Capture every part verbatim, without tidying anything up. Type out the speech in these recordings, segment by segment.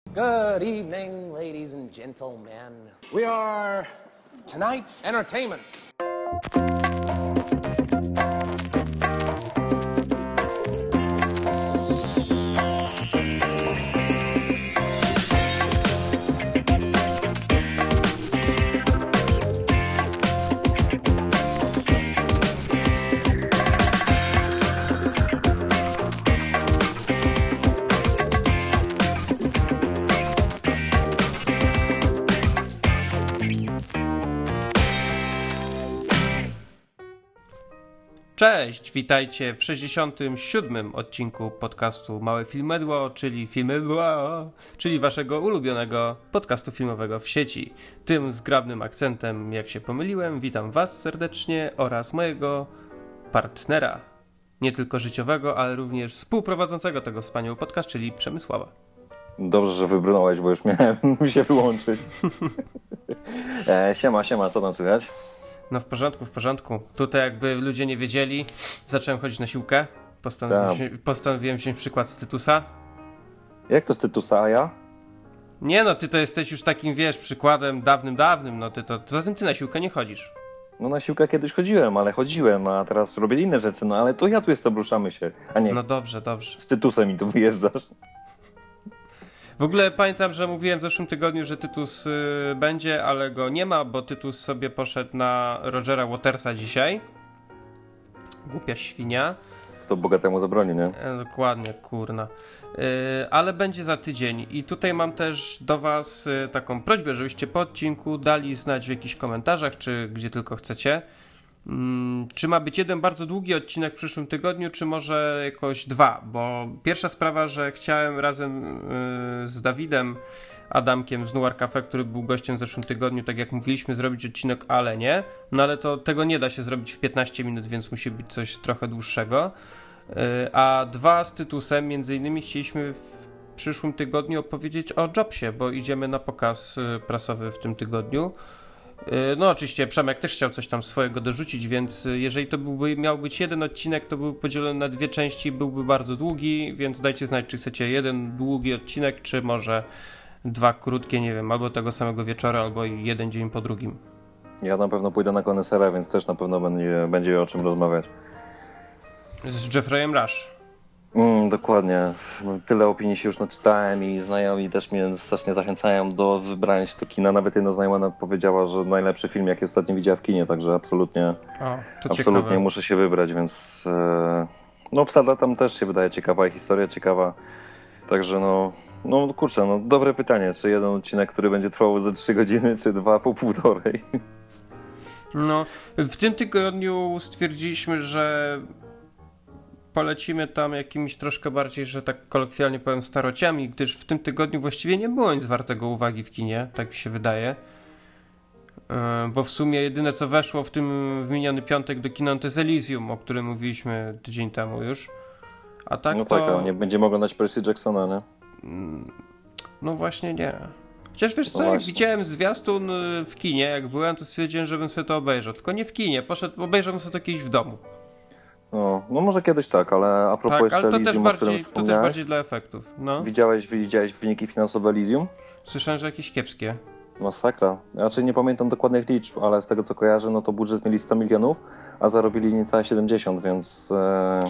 Good evening, ladies and gentlemen. We are tonight's entertainment. Cześć, witajcie w sześćdziesiątym siódmym odcinku podcastu Małe Filmydło, czyli Filmydło, czyli waszego ulubionego podcastu filmowego w sieci. Tym zgrabnym akcentem, jak się pomyliłem, witam was serdecznie oraz mojego partnera, nie tylko życiowego, ale również współprowadzącego tego wspaniałego podcast, czyli Przemysława. Dobrze, że wybrnąłeś, bo już miałem się wyłączyć. e, siema, siema, co tam słychać? No w porządku, w porządku. Tutaj jakby ludzie nie wiedzieli, zacząłem chodzić na siłkę. Postanowiłem, się, postanowiłem wziąć przykład z Tytusa. Jak to z Tytusa, a ja? Nie no, ty to jesteś już takim, wiesz, przykładem dawnym, dawnym. No ty to, to ty na siłkę nie chodzisz. No na siłkę kiedyś chodziłem, ale chodziłem, a teraz robię inne rzeczy. No ale to ja tu jestem, ruszamy się, a nie. No dobrze, dobrze. Z Tytusem i tu wyjeżdżasz. W ogóle pamiętam, że mówiłem w zeszłym tygodniu, że Tytus y, będzie, ale go nie ma, bo Tytus sobie poszedł na Rogera Watersa dzisiaj. Głupia świnia. Kto bogatemu zabroni, nie? E, dokładnie, kurna. Y, ale będzie za tydzień. I tutaj mam też do was y, taką prośbę, żebyście po odcinku dali znać w jakichś komentarzach, czy gdzie tylko chcecie. Hmm, czy ma być jeden bardzo długi odcinek w przyszłym tygodniu, czy może jakoś dwa, bo pierwsza sprawa, że chciałem razem yy, z Dawidem Adamkiem z Noir Cafe, który był gościem w zeszłym tygodniu, tak jak mówiliśmy, zrobić odcinek, ale nie, no ale to tego nie da się zrobić w piętnaście minut, więc musi być coś trochę dłuższego, yy, a dwa z Tytusem, między innymi chcieliśmy w przyszłym tygodniu opowiedzieć o Jobsie, bo idziemy na pokaz yy, prasowy w tym tygodniu. No oczywiście Przemek też chciał coś tam swojego dorzucić, więc jeżeli to byłby, miał być jeden odcinek, to byłby podzielony na dwie części, byłby bardzo długi, więc dajcie znać, czy chcecie jeden długi odcinek, czy może dwa krótkie, nie wiem, albo tego samego wieczoru, albo jeden dzień po drugim. Ja na pewno pójdę na konesera, więc też na pewno będzie, będzie o czym rozmawiać. Z Jeffreyem Rush. Mm, dokładnie. Tyle opinii się już naczytałem i znajomi też mnie strasznie zachęcają do wybrania się do kina. Nawet jedna znajoma powiedziała, że najlepszy film, jaki ostatnio widziała w kinie, także absolutnie, o, to absolutnie ciekawe. Muszę się wybrać, więc e, no obsada tam też się wydaje ciekawa i historia ciekawa. Także no, no kurczę, no dobre pytanie, czy jeden odcinek, który będzie trwał ze trzy godziny, czy dwa po półtorej. No, w tym tygodniu stwierdziliśmy, że polecimy tam jakimiś troszkę bardziej, że tak kolokwialnie powiem, starociami, gdyż w tym tygodniu właściwie nie było nic wartego uwagi w kinie, tak mi się wydaje. Yy, bo w sumie jedyne co weszło w tym w miniony piątek do kina to jest Elysium, o którym mówiliśmy tydzień temu już. A tak no to... tak, a nie będziemy oglądać Percy Jacksona, nie? No właśnie nie. Chociaż wiesz co, no jak właśnie. widziałem zwiastun w kinie, jak byłem, to stwierdziłem, żebym sobie to obejrzał. Tylko nie w kinie, poszedł, obejrzałem sobie to kiedyś w domu. No, no może kiedyś tak, ale a propos tak, jeszcze ale to Elysium, też, o bardziej, którym to też wspomniałeś, bardziej dla efektów. No. widziałeś, widziałeś wyniki finansowe Elysium? Słyszałem, że jakieś kiepskie. Masakra. Raczej nie pamiętam dokładnych liczb, ale z tego co kojarzę, no to budżet mieli sto milionów, a zarobili niecałe siedemdziesiąt, więc e...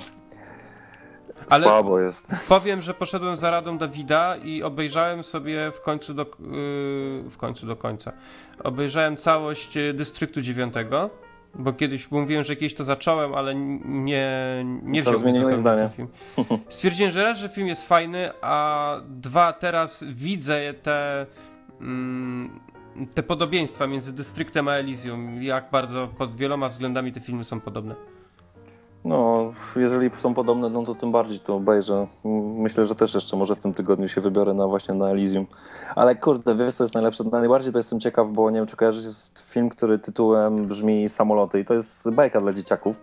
ale słabo jest. Powiem, że poszedłem za radą Dawida i obejrzałem sobie w końcu do, yy, w końcu do końca. Obejrzałem całość Dystryktu dziewiątego, bo kiedyś mówiłem, że kiedyś to zacząłem, ale nie, nie wziąłem zmieniłeś zdanie. Film. Stwierdziłem, że raz, że film jest fajny, a dwa, teraz widzę te mm, te podobieństwa między Dystryktem a Elysium, jak bardzo pod wieloma względami te filmy są podobne. No, jeżeli są podobne, no to tym bardziej to obejrzę. Myślę, że też jeszcze może w tym tygodniu się wybiorę na właśnie na Elysium. Ale kurde, wiesz co jest najlepsze? Najbardziej to jestem ciekaw, bo nie wiem, czy kojarzysz, jest film, który tytułem brzmi Samoloty i to jest bajka dla dzieciaków.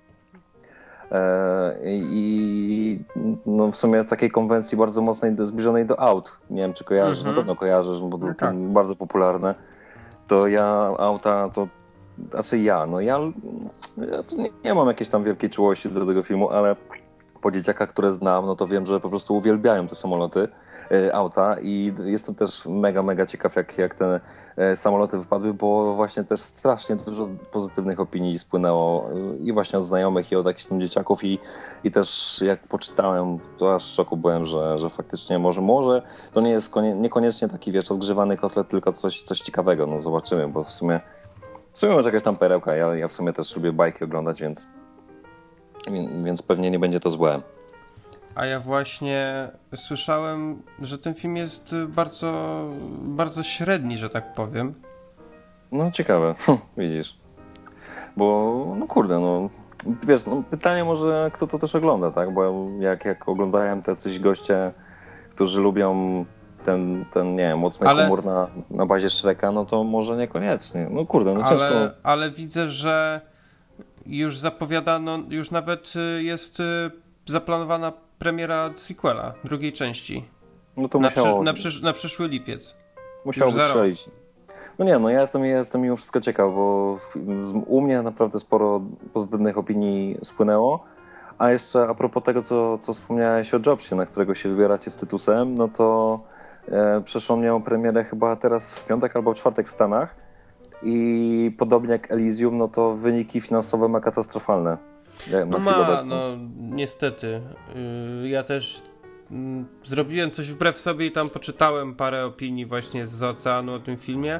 I no w sumie takiej konwencji bardzo mocnej, zbliżonej do aut. Nie wiem, czy kojarzysz, mm-hmm. Na pewno kojarzysz, bo to, no tak. to bardzo popularne. To ja auta, to znaczy ja, no ja, ja nie, nie mam jakiejś tam wielkiej czułości do tego filmu, ale po dzieciakach, które znam, no to wiem, że po prostu uwielbiają te samoloty, e, auta i jestem też mega, mega ciekaw, jak, jak te e, samoloty wypadły, bo właśnie też strasznie dużo pozytywnych opinii spłynęło e, i właśnie od znajomych i od jakichś tam dzieciaków i, i też jak poczytałem, to aż w szoku byłem, że, że faktycznie może, może to nie jest konie, niekoniecznie taki, wiesz, odgrzewany kotlet, tylko coś, coś ciekawego, no zobaczymy, bo w sumie w sumie może jakaś tam perełka, ja, ja w sumie też lubię bajki oglądać, więc więc pewnie nie będzie to złe. A ja właśnie słyszałem, że ten film jest bardzo, bardzo średni, że tak powiem. No ciekawe, widzisz. Bo, no kurde, no wiesz, no, pytanie może kto to też ogląda, tak? Bo jak, jak oglądają tacyś goście, którzy lubią ten, ten nie wiem, mocny ale, humor na, na bazie Shreka, no to może niekoniecznie. No kurde, no ale, ciężko. Ale widzę, że już zapowiadano, już nawet jest zaplanowana premiera sequela, drugiej części. No to na, musiało, przy, na, przysz, na przyszły lipiec. musiało wystrzelić. No nie, no ja jestem, ja jestem mimo wszystko ciekaw, bo u mnie naprawdę sporo pozytywnych opinii spłynęło. A jeszcze a propos tego, co, co wspomniałeś o Jobsie, na którego się wybieracie z Tytusem, no to e, przeszło mnie o premierę chyba teraz w piątek albo w czwartek w Stanach i podobnie jak Elysium, no to wyniki finansowe ma katastrofalne. Na no ma, no niestety. Yy, ja też yy, zrobiłem coś wbrew sobie i tam poczytałem parę opinii właśnie z oceanu o tym filmie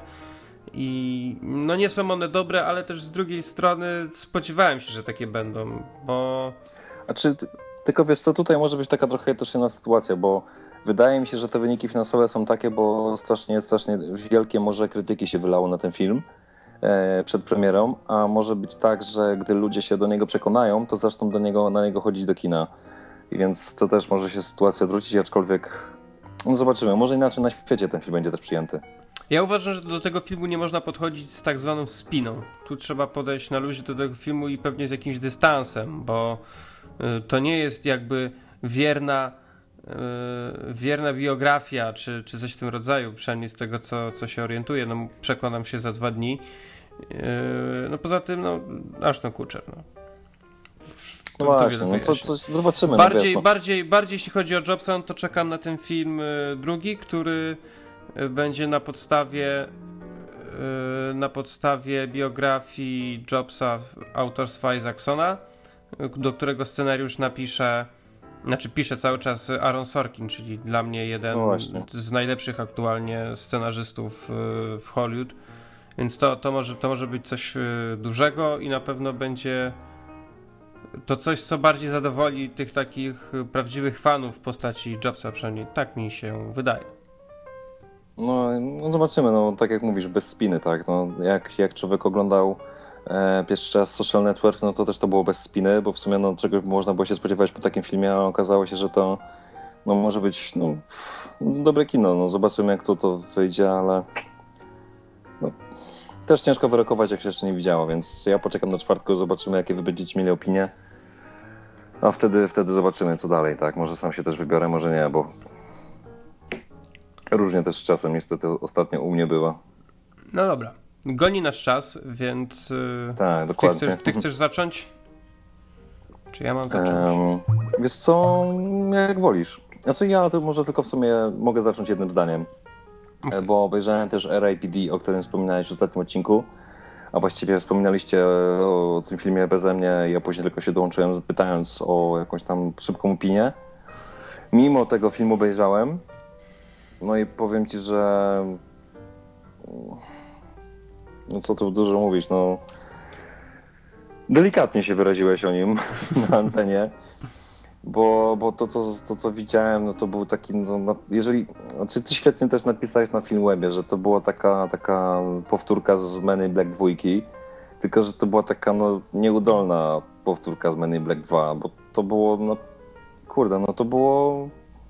i no nie są one dobre, ale też z drugiej strony spodziewałem się, że takie będą, bo... A czy, tylko wiesz, to tutaj może być taka trochę też inna sytuacja, bo wydaje mi się, że te wyniki finansowe są takie, bo strasznie, strasznie wielkie może krytyki się wylało na ten film e, przed premierą, a może być tak, że gdy ludzie się do niego przekonają, to zaczną do niego, na niego chodzić do kina. I więc to też może się sytuacja odwrócić, aczkolwiek no zobaczymy. Może inaczej na świecie ten film będzie też przyjęty. Ja uważam, że do tego filmu nie można podchodzić z tak zwaną spiną. Tu trzeba podejść na luzie do tego filmu i pewnie z jakimś dystansem, bo y, to nie jest jakby wierna y, wierna biografia, czy, czy coś w tym rodzaju, przynajmniej z tego, co, co się orientuję. No, przekonam się za dwa dni. Y, no poza tym, no, aż no kurczę, no. No właśnie, no co, co, zobaczymy. Bardziej, no wiesz, no. bardziej, bardziej jeśli chodzi o Jobsa, to czekam na ten film y, drugi, który będzie na podstawie na podstawie biografii Jobsa autorstwa Isaacsona, do którego scenariusz napisze, znaczy pisze cały czas Aaron Sorkin, czyli dla mnie jeden no z najlepszych aktualnie scenarzystów w Hollywood, więc to, to, może, to może być coś dużego i na pewno będzie to coś, co bardziej zadowoli tych takich prawdziwych fanów w postaci Jobsa, przynajmniej tak mi się wydaje. No, no zobaczymy, no tak jak mówisz, bez spiny, tak, no jak, jak człowiek oglądał e, pierwszy raz Social Network, no to też to było bez spiny, bo w sumie no czegoś można było się spodziewać po takim filmie, a okazało się, że to no może być no, dobre kino, no zobaczymy jak to, to wyjdzie, ale no, też ciężko wyrokować, jak się jeszcze nie widziało, więc ja poczekam do czwartku, zobaczymy jakie wy będziecie mieli opinie, a wtedy, wtedy zobaczymy co dalej, tak, może sam się też wybiorę, może nie, bo różnie też z czasem niestety ostatnio u mnie była. No dobra. Goni nasz czas, więc tak, dokładnie. Ty chcesz, ty chcesz zacząć? Czy ja mam zacząć? Um, wiesz co, jak wolisz. Znaczy ja to może tylko w sumie mogę zacząć jednym zdaniem. Okay. Bo obejrzałem też R I P D, o którym wspominałeś w ostatnim odcinku. A właściwie wspominaliście o tym filmie beze mnie. Ja później tylko się dołączyłem pytając o jakąś tam szybką opinię. Mimo tego filmu obejrzałem. No i powiem ci, że no co tu dużo mówić, no delikatnie się wyraziłeś o nim na antenie, bo, bo to, co, to co widziałem, no to był taki, no, jeżeli, znaczy ty świetnie też napisałeś na Filmwebie, że to była taka, taka powtórka z Men in Black dwa, tylko że to była taka no, nieudolna powtórka z Men in Black dwa, bo to było, no kurde, no to było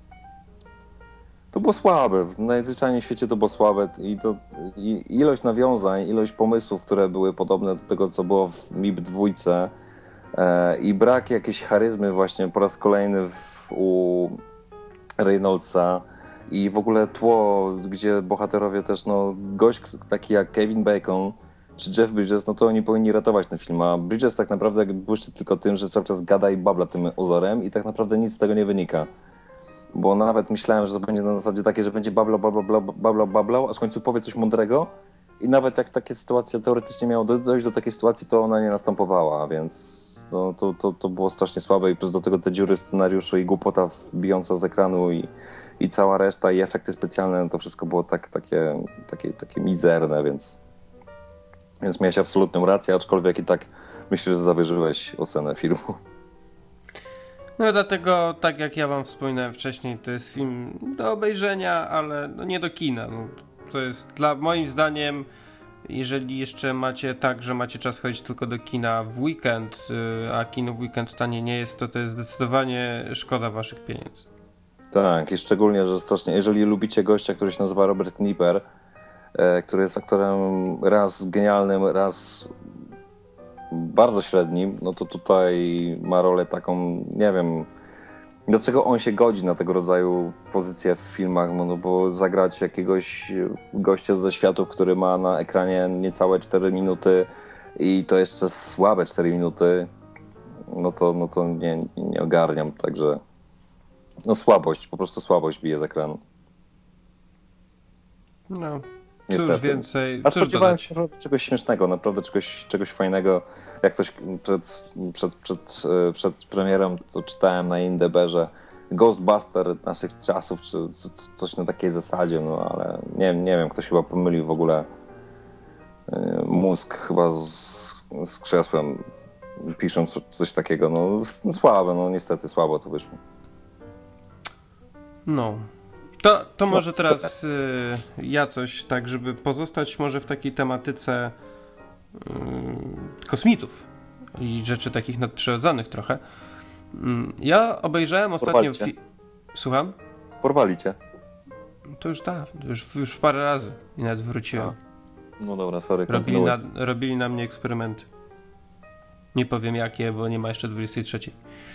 To było słabe. W najzwyczajniej w świecie to było słabe i to i ilość nawiązań, ilość pomysłów, które były podobne do tego, co było w M I B dwa e, i brak jakiejś charyzmy właśnie po raz kolejny w, u Reynoldsa i w ogóle tło, gdzie bohaterowie też, no gość taki jak Kevin Bacon, czy Jeff Bridges, no to oni powinni ratować ten film, a Bridges tak naprawdę błyszczy tylko tym, że cały czas gada i babla tym Ozorem i tak naprawdę nic z tego nie wynika. Bo nawet myślałem, że to będzie na zasadzie takie, że będzie bablał, bablał, bablał, bablał, bablał, a w końcu powie coś mądrego i nawet jak takie sytuacje teoretycznie miało dojść do takiej sytuacji, to ona nie następowała, więc no, to, to, to było strasznie słabe i plus do tego te dziury w scenariuszu i głupota bijąca z ekranu i, i cała reszta i efekty specjalne, no to wszystko było tak, takie, takie, takie mizerne, więc, więc miałeś absolutną rację, aczkolwiek i tak myślę, że zawyżyłeś ocenę filmu. No dlatego, tak jak ja wam wspominałem wcześniej, to jest film do obejrzenia, ale no nie do kina. No, to jest dla, moim zdaniem, jeżeli jeszcze macie tak, że macie czas chodzić tylko do kina w weekend, a kino w weekend tanie nie jest, to to jest zdecydowanie szkoda waszych pieniędzy. Tak, i szczególnie, że strasznie, jeżeli lubicie gościa, który się nazywa Robert Knipper, e, który jest aktorem raz genialnym, raz bardzo średnim, no to tutaj ma rolę taką, nie wiem, dlaczego on się godzi na tego rodzaju pozycje w filmach, no, no bo zagrać jakiegoś gościa ze światów, który ma na ekranie niecałe cztery minuty i to jeszcze słabe cztery minuty, no to, no to nie, nie ogarniam, także no słabość, po prostu słabość bije z ekranu. No, Niestety. cóż więcej, A cóż spodziewałem dodać? się czegoś śmiesznego, naprawdę czegoś, czegoś fajnego. Jak ktoś przed, przed, przed, przed premierą to czytałem na IMDb, że Ghostbuster naszych czasów, czy coś na takiej zasadzie, no ale nie, nie wiem, ktoś chyba pomylił w ogóle mózg chyba z, z krzesłem, pisząc coś takiego. No, no słabe, no niestety słabo to wyszło. No. To, to może teraz y, ja coś tak, żeby pozostać może w takiej tematyce y, kosmitów i rzeczy takich nadprzyrodzonych trochę. Y, ja obejrzałem ostatnio... Fi- Słucham? Porwali cię. To już dawno, już, już parę razy i nawet wróciłem. A. No dobra, sorry. Robili na, robili na mnie eksperymenty. Nie powiem jakie, bo nie ma jeszcze dwudziestej trzeciej.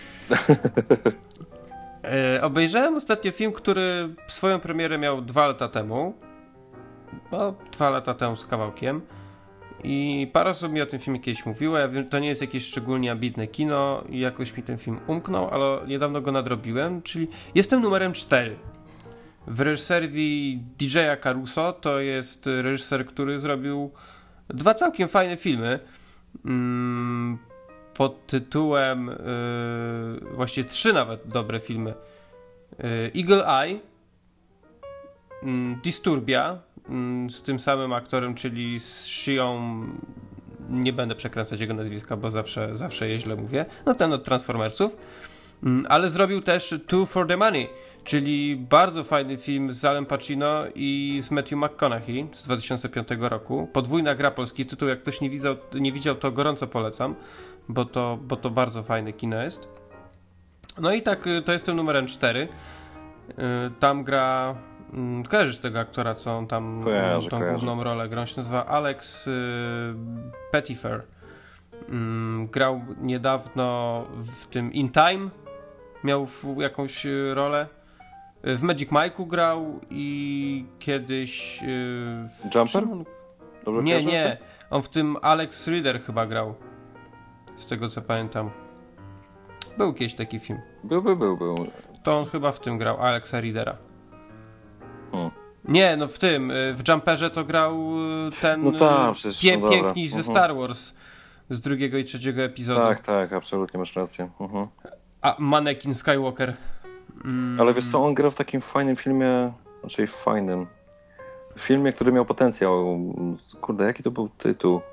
E, obejrzałem ostatnio film, który swoją premierę miał dwa lata temu. No, dwa lata temu z kawałkiem. I parę osób mi o tym filmie kiedyś mówiło. Ja wiem, to nie jest jakieś szczególnie ambitne kino i jakoś mi ten film umknął, ale niedawno go nadrobiłem, czyli jestem numerem cztery. W reżyserii D J Caruso, to jest reżyser, który zrobił dwa całkiem fajne filmy. Mm, pod tytułem yy, właściwie trzy nawet dobre filmy. Yy, Eagle Eye, yy, Disturbia yy, z tym samym aktorem, czyli z Shią, nie będę przekręcać jego nazwiska, bo zawsze, zawsze je źle mówię, no ten od Transformersów, yy, ale zrobił też Two for the Money, czyli bardzo fajny film z Alem Pacino i z Matthew McConaughey z dwa tysiące piątego roku. Podwójna gra, polski tytuł, jak ktoś nie widział, nie widział, to gorąco polecam, bo to, bo to bardzo fajne kino jest. No i tak, to jestem numerem cztery. Tam gra, kojarzysz tego aktora, co on tam kojarzę, tą kojarzę. główną rolę gra, on się nazywa Alex Pettyfer. Grał niedawno w tym In Time, miał jakąś rolę. W Magic Mike'u grał i kiedyś w... Jumper? Dobrze nie, kojarzę? nie. On w tym Alex Rider chyba grał. Z tego co pamiętam. Był kiedyś taki film. Był, był, był, był. To on chyba w tym grał, Alexa Ridera. Hmm. Nie, no w tym, w Jumperze to grał ten no tak, przecież, pie- no piękniś dobra. ze uh-huh. Star Wars z drugiego i trzeciego epizodu. Tak, tak, absolutnie masz rację. Uh-huh. A Mannequin Skywalker. Mm. Ale wiesz co, on grał w takim fajnym filmie, znaczy fajnym, filmie, który miał potencjał. Kurde, jaki to był tytuł?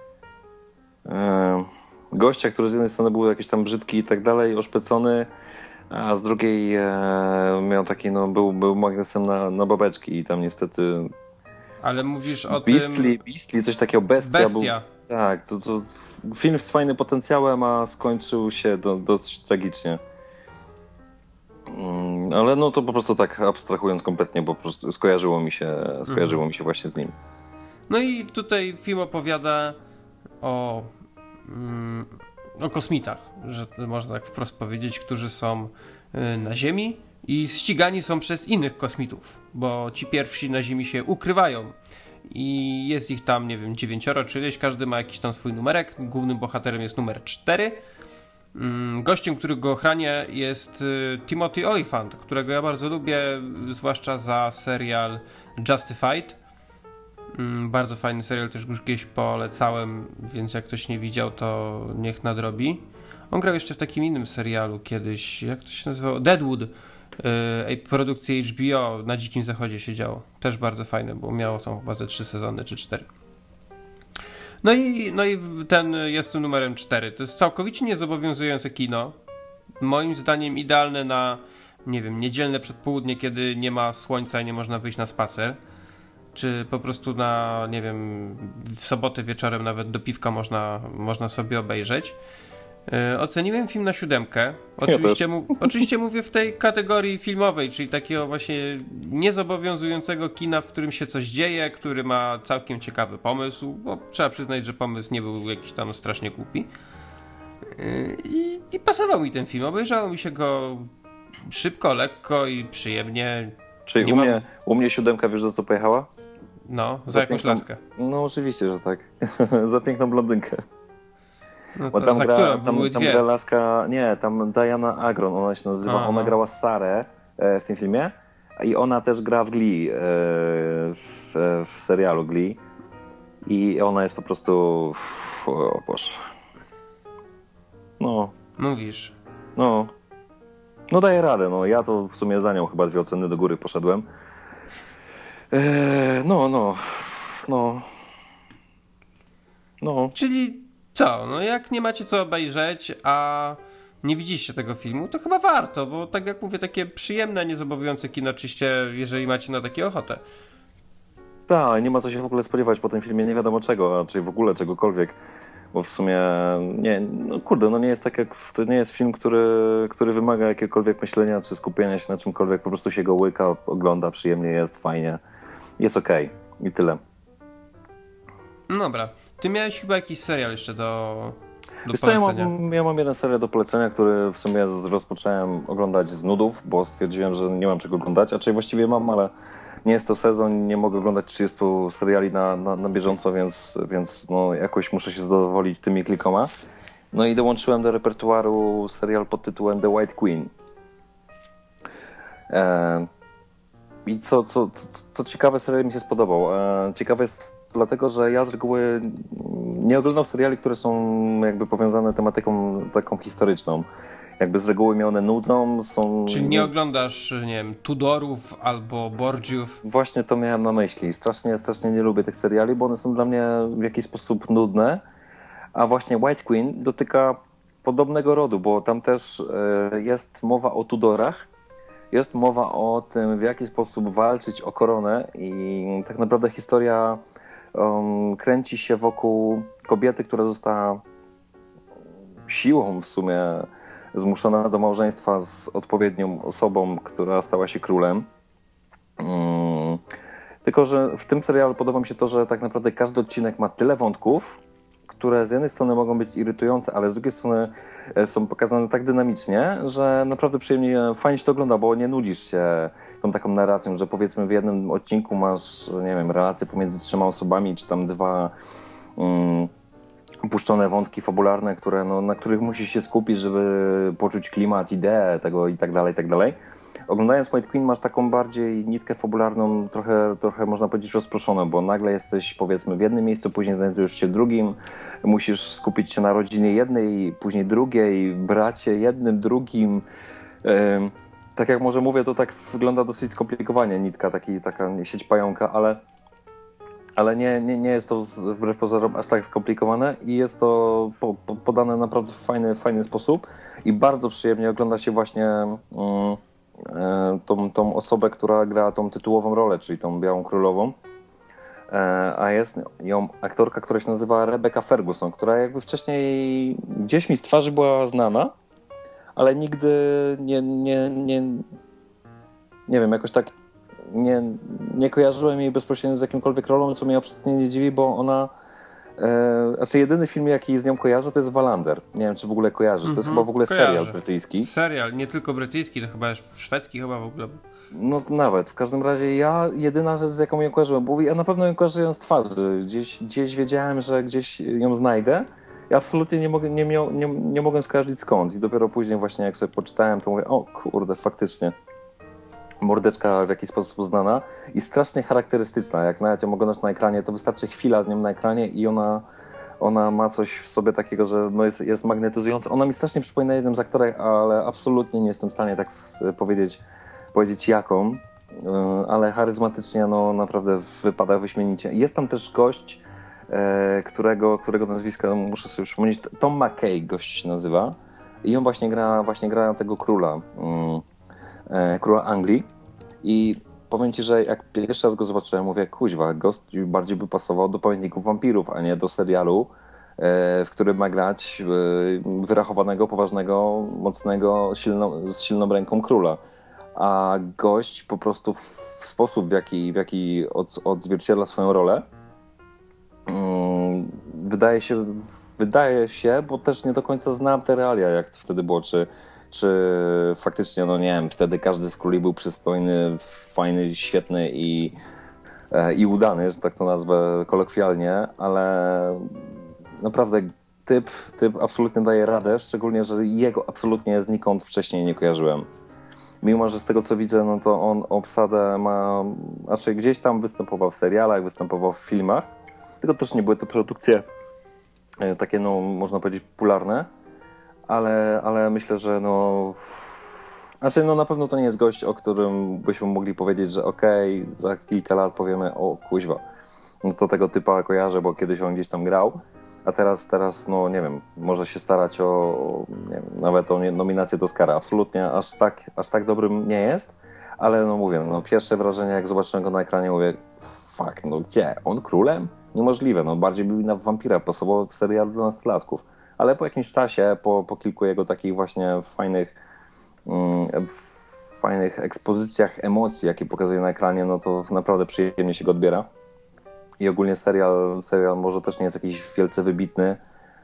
Eee, gościa, który z jednej strony był jakiś tam brzydki i tak dalej, oszpecony, a z drugiej e, miał taki, no, był, był magnesem na, na babeczki i tam niestety... Ale mówisz o Beastly, tym... Beastly, coś takiego, Bestia. Bestia. Był, tak, to, to film z fajnym potencjałem, a skończył się do, dosyć tragicznie. Mm, ale no to po prostu tak abstrahując kompletnie, bo po prostu skojarzyło mi się, skojarzyło mhm. mi się właśnie z nim. No i tutaj film opowiada o, mm, o kosmitach, że można tak wprost powiedzieć, którzy są y, na Ziemi i ścigani są przez innych kosmitów, bo ci pierwsi na Ziemi się ukrywają i jest ich tam, nie wiem, dziewięcioro czy ileś, każdy ma jakiś tam swój numerek. Głównym bohaterem jest numer cztery. Gościem, który go ochrania, jest Timothy Olyphant, którego ja bardzo lubię, zwłaszcza za serial Justified. Bardzo fajny serial, też już gdzieś polecałem, więc jak ktoś nie widział, to niech nadrobi. On grał jeszcze w takim innym serialu kiedyś, jak to się nazywało? Deadwood, yy, produkcji H B O, na Dzikim Zachodzie się działo. Też bardzo fajne, bo miało tam chyba ze trzy sezony czy cztery. No i, no i ten jest tym numerem cztery. To jest całkowicie niezobowiązujące kino. Moim zdaniem idealne na, nie wiem, niedzielne przedpołudnie, kiedy nie ma słońca i nie można wyjść na spacer. Czy po prostu na, nie wiem, w sobotę wieczorem nawet do piwka można, można sobie obejrzeć. Yy, oceniłem film na siódemkę. Oczywiście, mu, oczywiście mówię w tej kategorii filmowej, czyli takiego właśnie niezobowiązującego kina, w którym się coś dzieje, który ma całkiem ciekawy pomysł, bo trzeba przyznać, że pomysł nie był jakiś tam strasznie głupi. Yy, i, I pasował mi ten film. Obejrzało mi się go szybko, lekko i przyjemnie. Czyli nie u, mam... mnie, u mnie siódemka, wiesz za co pojechała? No, za, za jakąś piękną... laskę. No oczywiście, że tak. Za piękną blondynkę. No Bo tam za gra, którą? tam, Były tam dwie. gra laska, nie, tam Diana Agron, ona się nazywa, A, ona no. grała Sarę e, w tym filmie i ona też gra w Glee, e, w, w serialu Glee i ona jest po prostu, o Boże, no, Mówisz. no, no daje radę, no ja to w sumie za nią chyba dwie oceny do góry poszedłem. E, no, no, no, no. Czyli co? No jak nie macie co obejrzeć, a nie widzieliście tego filmu, to chyba warto, bo tak jak mówię, takie przyjemne, niezobowiązujące kino, oczywiście, jeżeli macie na takie ochotę. Tak, nie ma co się w ogóle spodziewać po tym filmie, nie wiadomo czego, a czy w ogóle czegokolwiek, bo w sumie, nie, no kurde, no nie jest tak jak, to nie jest film, który, który wymaga jakiegokolwiek myślenia, czy skupienia się na czymkolwiek, po prostu się go łyka, ogląda, przyjemnie jest, fajnie, jest okej i tyle. No dobra, ty miałeś chyba jakiś serial jeszcze do, do Wiesz co, ja polecenia. mam, ja mam jeden serial do polecenia, który w sumie z- rozpocząłem oglądać z nudów, bo stwierdziłem, że nie mam czego oglądać, a czyli właściwie mam, ale nie jest to sezon, nie mogę oglądać trzydziestu seriali na, na, na bieżąco, więc, więc no, jakoś muszę się zadowolić tymi kilkoma. No i dołączyłem do repertuaru serial pod tytułem The White Queen. E, I co, co, co, co ciekawe, serial mi się spodobał. E, ciekawe jest dlatego, że ja z reguły nie oglądam seriali, które są jakby powiązane tematyką taką historyczną. Jakby z reguły mnie one nudzą, są... Czyli nie oglądasz, nie wiem, Tudorów albo Borgiów? Właśnie to miałem na myśli. Strasznie, strasznie nie lubię tych seriali, bo one są dla mnie w jakiś sposób nudne. A właśnie White Queen dotyka podobnego rodu, bo tam też e, jest mowa o Tudorach. Jest mowa o tym, w jaki sposób walczyć o koronę i tak naprawdę historia um, kręci się wokół kobiety, która została siłą w sumie zmuszona do małżeństwa z odpowiednią osobą, która stała się królem. Um, tylko, że w tym serialu podoba mi się to, że tak naprawdę każdy odcinek ma tyle wątków, które z jednej strony mogą być irytujące, ale z drugiej strony są pokazane tak dynamicznie, że naprawdę przyjemnie, fajnie się to ogląda, bo nie nudzisz się tą taką narracją, że powiedzmy w jednym odcinku masz, nie wiem, relacje pomiędzy trzema osobami, czy tam dwa um, puszczone wątki fabularne, które, no, na których musisz się skupić, żeby poczuć klimat, ideę tego i tak dalej, i tak dalej. Oglądając White Queen masz taką bardziej nitkę fabularną, trochę, trochę można powiedzieć rozproszoną, bo nagle jesteś powiedzmy w jednym miejscu, później znajdujesz się w drugim, musisz skupić się na rodzinie jednej, później drugiej, bracie jednym, drugim. Ym, tak jak może mówię, to tak wygląda dosyć skomplikowanie, nitka, taki, taka sieć pająka, ale, ale nie, nie, nie jest to z, wbrew pozorom aż tak skomplikowane i jest to po, po, podane naprawdę w fajny, fajny sposób i bardzo przyjemnie ogląda się właśnie... Ym, Tą, tą osobę, która gra tą tytułową rolę, czyli tą Białą Królową. A jest ją aktorka, która się nazywa Rebecca Ferguson, która jakby wcześniej gdzieś mi z twarzy była znana, ale nigdy nie, nie, nie, nie wiem, jakoś tak nie, nie kojarzyłem jej bezpośrednio z jakimkolwiek rolą, co mnie absolutnie nie dziwi, bo ona E, znaczy jedyny film, jaki z nią kojarzę, to jest Wallander. Nie wiem, czy w ogóle kojarzysz. To jest Mhm, chyba w ogóle kojarzę. serial brytyjski. Serial, nie tylko brytyjski, to chyba szwedzki chyba w ogóle. No to nawet. W każdym razie ja jedyna rzecz, z jaką ją kojarzyłem, bo ja na pewno ją kojarzyłem z twarzy. Gdzieś, gdzieś wiedziałem, że gdzieś ją znajdę. Ja absolutnie nie, mogę, nie, miał, nie, nie mogłem skojarzyć skąd. I dopiero później właśnie jak sobie poczytałem, to mówię, o kurde, faktycznie. Mordeczka w jakiś sposób znana i strasznie charakterystyczna. Jak nawet ją oglądasz na ekranie, to wystarczy chwila z nią na ekranie i ona, ona ma coś w sobie takiego, że no jest, jest magnetyzująca. Ona mi strasznie przypomina jednym z aktorek, ale absolutnie nie jestem w stanie tak powiedzieć, powiedzieć jaką, ale charyzmatycznie no naprawdę wypada wyśmienicie. Jest tam też gość, którego, którego nazwiska muszę sobie przypomnieć, Tom McKay gość się nazywa i on właśnie gra, właśnie gra tego króla. Króla Anglii i powiem ci, że jak pierwszy raz go zobaczyłem, mówię, kuźwa, gość bardziej by pasował do Pamiętników Wampirów, a nie do serialu, w którym ma grać wyrachowanego, poważnego, mocnego, silno, z silną ręką króla. A gość po prostu w sposób, w jaki, w jaki od, odzwierciedla swoją rolę, wydaje się, wydaje się, bo też nie do końca znam te realia, jak to wtedy było, czy czy faktycznie, no nie wiem, wtedy każdy z króli był przystojny, fajny, świetny i, i udany, że tak to nazwę kolokwialnie, ale naprawdę typ, typ absolutnie daje radę, szczególnie, że jego absolutnie znikąd wcześniej nie kojarzyłem. Mimo, że z tego co widzę, no to on obsadę ma, znaczy gdzieś tam występował w serialach, występował w filmach, tylko też nie były to produkcje takie, no można powiedzieć, popularne. Ale, ale myślę, że no... Znaczy, no na pewno to nie jest gość, o którym byśmy mogli powiedzieć, że okej, okay, za kilka lat powiemy, o kuźwa, no to tego typa kojarzę, bo kiedyś on gdzieś tam grał, a teraz, teraz no nie wiem, może się starać o, nie wiem, nawet o nominację do Oscara. Absolutnie aż tak, aż tak dobrym nie jest, ale no mówię, no pierwsze wrażenie, jak zobaczyłem go na ekranie, mówię, fuck, no gdzie? On królem? Niemożliwe, no bardziej by mi na wampira pasował w serialu dla nastolatków. Ale po jakimś czasie, po, po kilku jego takich właśnie fajnych, mm, fajnych ekspozycjach emocji, jakie pokazuje na ekranie, no to naprawdę przyjemnie się go odbiera. I ogólnie serial, serial może też nie jest jakiś wielce wybitny,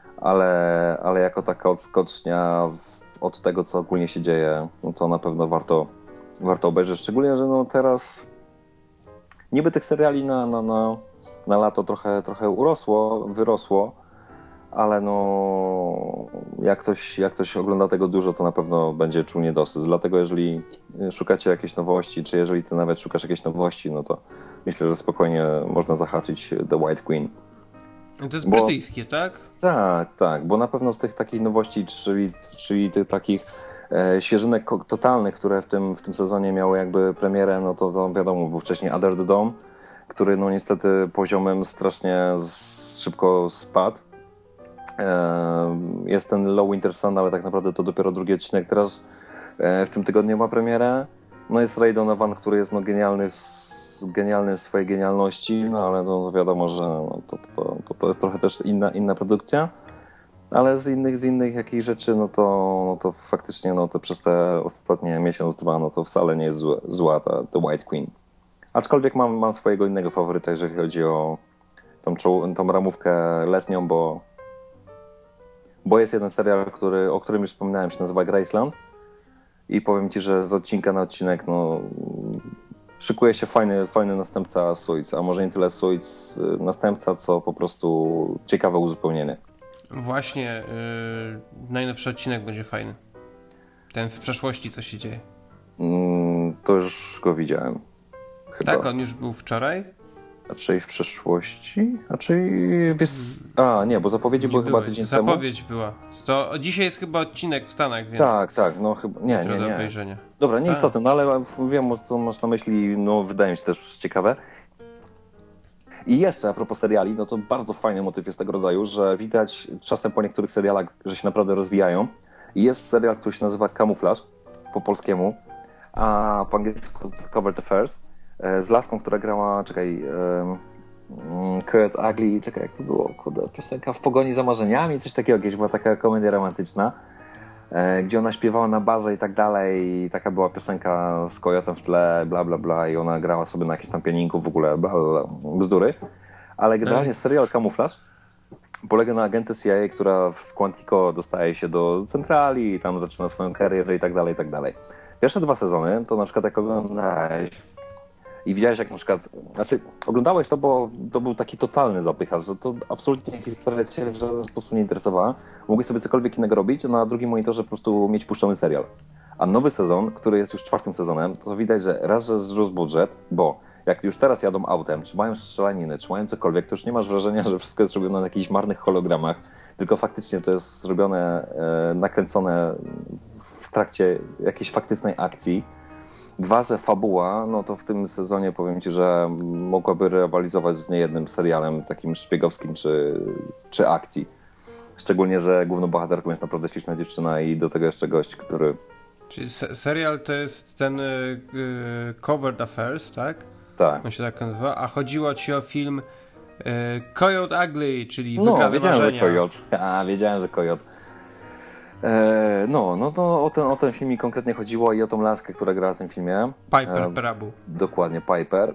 ale, ale jako taka odskocznia w, od tego, co ogólnie się dzieje, no to na pewno warto, warto obejrzeć. Szczególnie, że no teraz niby tych seriali na, na, na, na lato trochę, trochę urosło, wyrosło, ale no jak ktoś, jak ktoś ogląda tego dużo, to na pewno będzie czuł niedosyt. Dlatego jeżeli szukacie jakiejś nowości, czy jeżeli ty nawet szukasz jakiejś nowości, no to myślę, że spokojnie można zahaczyć The White Queen. To jest bo, brytyjskie, tak? Tak, tak, bo na pewno z tych takich nowości, czyli, czyli tych takich e, świeżynek totalnych, które w tym, w tym sezonie miały jakby premierę, no to, to wiadomo, był wcześniej Under the Dome, który no niestety poziomem strasznie z, szybko spadł. Jest ten Low Winter Sun, ale tak naprawdę to dopiero drugi odcinek teraz w tym tygodniu ma premierę. No jest Ray Donovan, który jest no genialny, w, genialny w swojej genialności, no ale no wiadomo, że no to, to, to, to jest trochę też inna, inna produkcja. Ale z innych, z innych jakichś rzeczy, no to, no to faktycznie no to przez te ostatnie miesiąc, dwa, no to wcale nie jest zła, zła ta The White Queen. Aczkolwiek mam, mam swojego innego faworyta, jeżeli chodzi o tą, tą ramówkę letnią, bo Bo jest jeden serial, który, o którym już wspominałem, się nazywa Graceland i powiem ci, że z odcinka na odcinek no, szykuje się fajny, fajny następca Suits, a może nie tyle Suits następca, co po prostu ciekawe uzupełnienie. Właśnie yy, najnowszy odcinek będzie fajny. Ten w przeszłości, co się dzieje. Mm, to już go widziałem. Chyba. Tak, on już był wczoraj? A czy w przeszłości? A czy wiesz... A, nie, bo zapowiedzi nie były chyba tydzień Zapowiedź temu. Zapowiedź była. To dzisiaj jest chyba odcinek w Stanach, więc... Tak, tak, no chyba... Nie, nie, nie. Obejrzenia. Dobra, nieistotne, no ale wiem, co masz na myśli, no wydaje mi się też ciekawe. I jeszcze a propos seriali, no to bardzo fajny motyw jest tego rodzaju, że widać czasem po niektórych serialach, że się naprawdę rozwijają. I jest serial, który się nazywa Camouflage po polskiemu, a po angielsku Covert Affairs, z laską, która grała, czekaj, um, Kurt Ugly, czekaj, jak to było, kurde, piosenka W pogoni za marzeniami, coś takiego, jakieś była taka komedia romantyczna, e, gdzie ona śpiewała na barze i tak dalej, i taka była piosenka z kojotem w tle, bla, bla, bla, i ona grała sobie na jakieś tam pianinku w ogóle, bla, bla, bla, bzdury, ale generalnie serial Camouflage polega na agentce C I A, która z Quantico dostaje się do centrali i tam zaczyna swoją karierę i tak dalej, i tak dalej. Pierwsze dwa sezony to na przykład jak oglądałeś i widziałeś jak na przykład, znaczy oglądałeś to, bo to był taki totalny zapychacz, że to absolutnie historia cię w żaden sposób nie interesowała. Mogłeś sobie cokolwiek innego robić, a na drugim monitorze po prostu mieć puszczony serial. A nowy sezon, który jest już czwartym sezonem, to widać, że raz, że zrósł budżet, bo jak już teraz jadą autem, czy mają strzelaniny, czy mają cokolwiek, to już nie masz wrażenia, że wszystko jest robione na jakichś marnych hologramach, tylko faktycznie to jest zrobione, e, nakręcone w trakcie jakiejś faktycznej akcji. Dwa, że fabuła, no to w tym sezonie powiem ci, że mogłaby rywalizować z niejednym serialem takim szpiegowskim czy, czy akcji. Szczególnie, że główną bohaterką jest naprawdę śliczna dziewczyna i do tego jeszcze gość, który... Czyli se- serial to jest ten y, y, Covert Affairs, tak? Tak. On się tak nazywa, a chodziło ci o film y, Coyote Ugly, czyli No, Wygrane wiedziałem, marzenia. że Coyote. A, wiedziałem, że Coyote. E, no, no to o ten, o ten film mi konkretnie chodziło i o tą laskę, która grała w tym filmie. Piper E, Perabu. Dokładnie, Piper.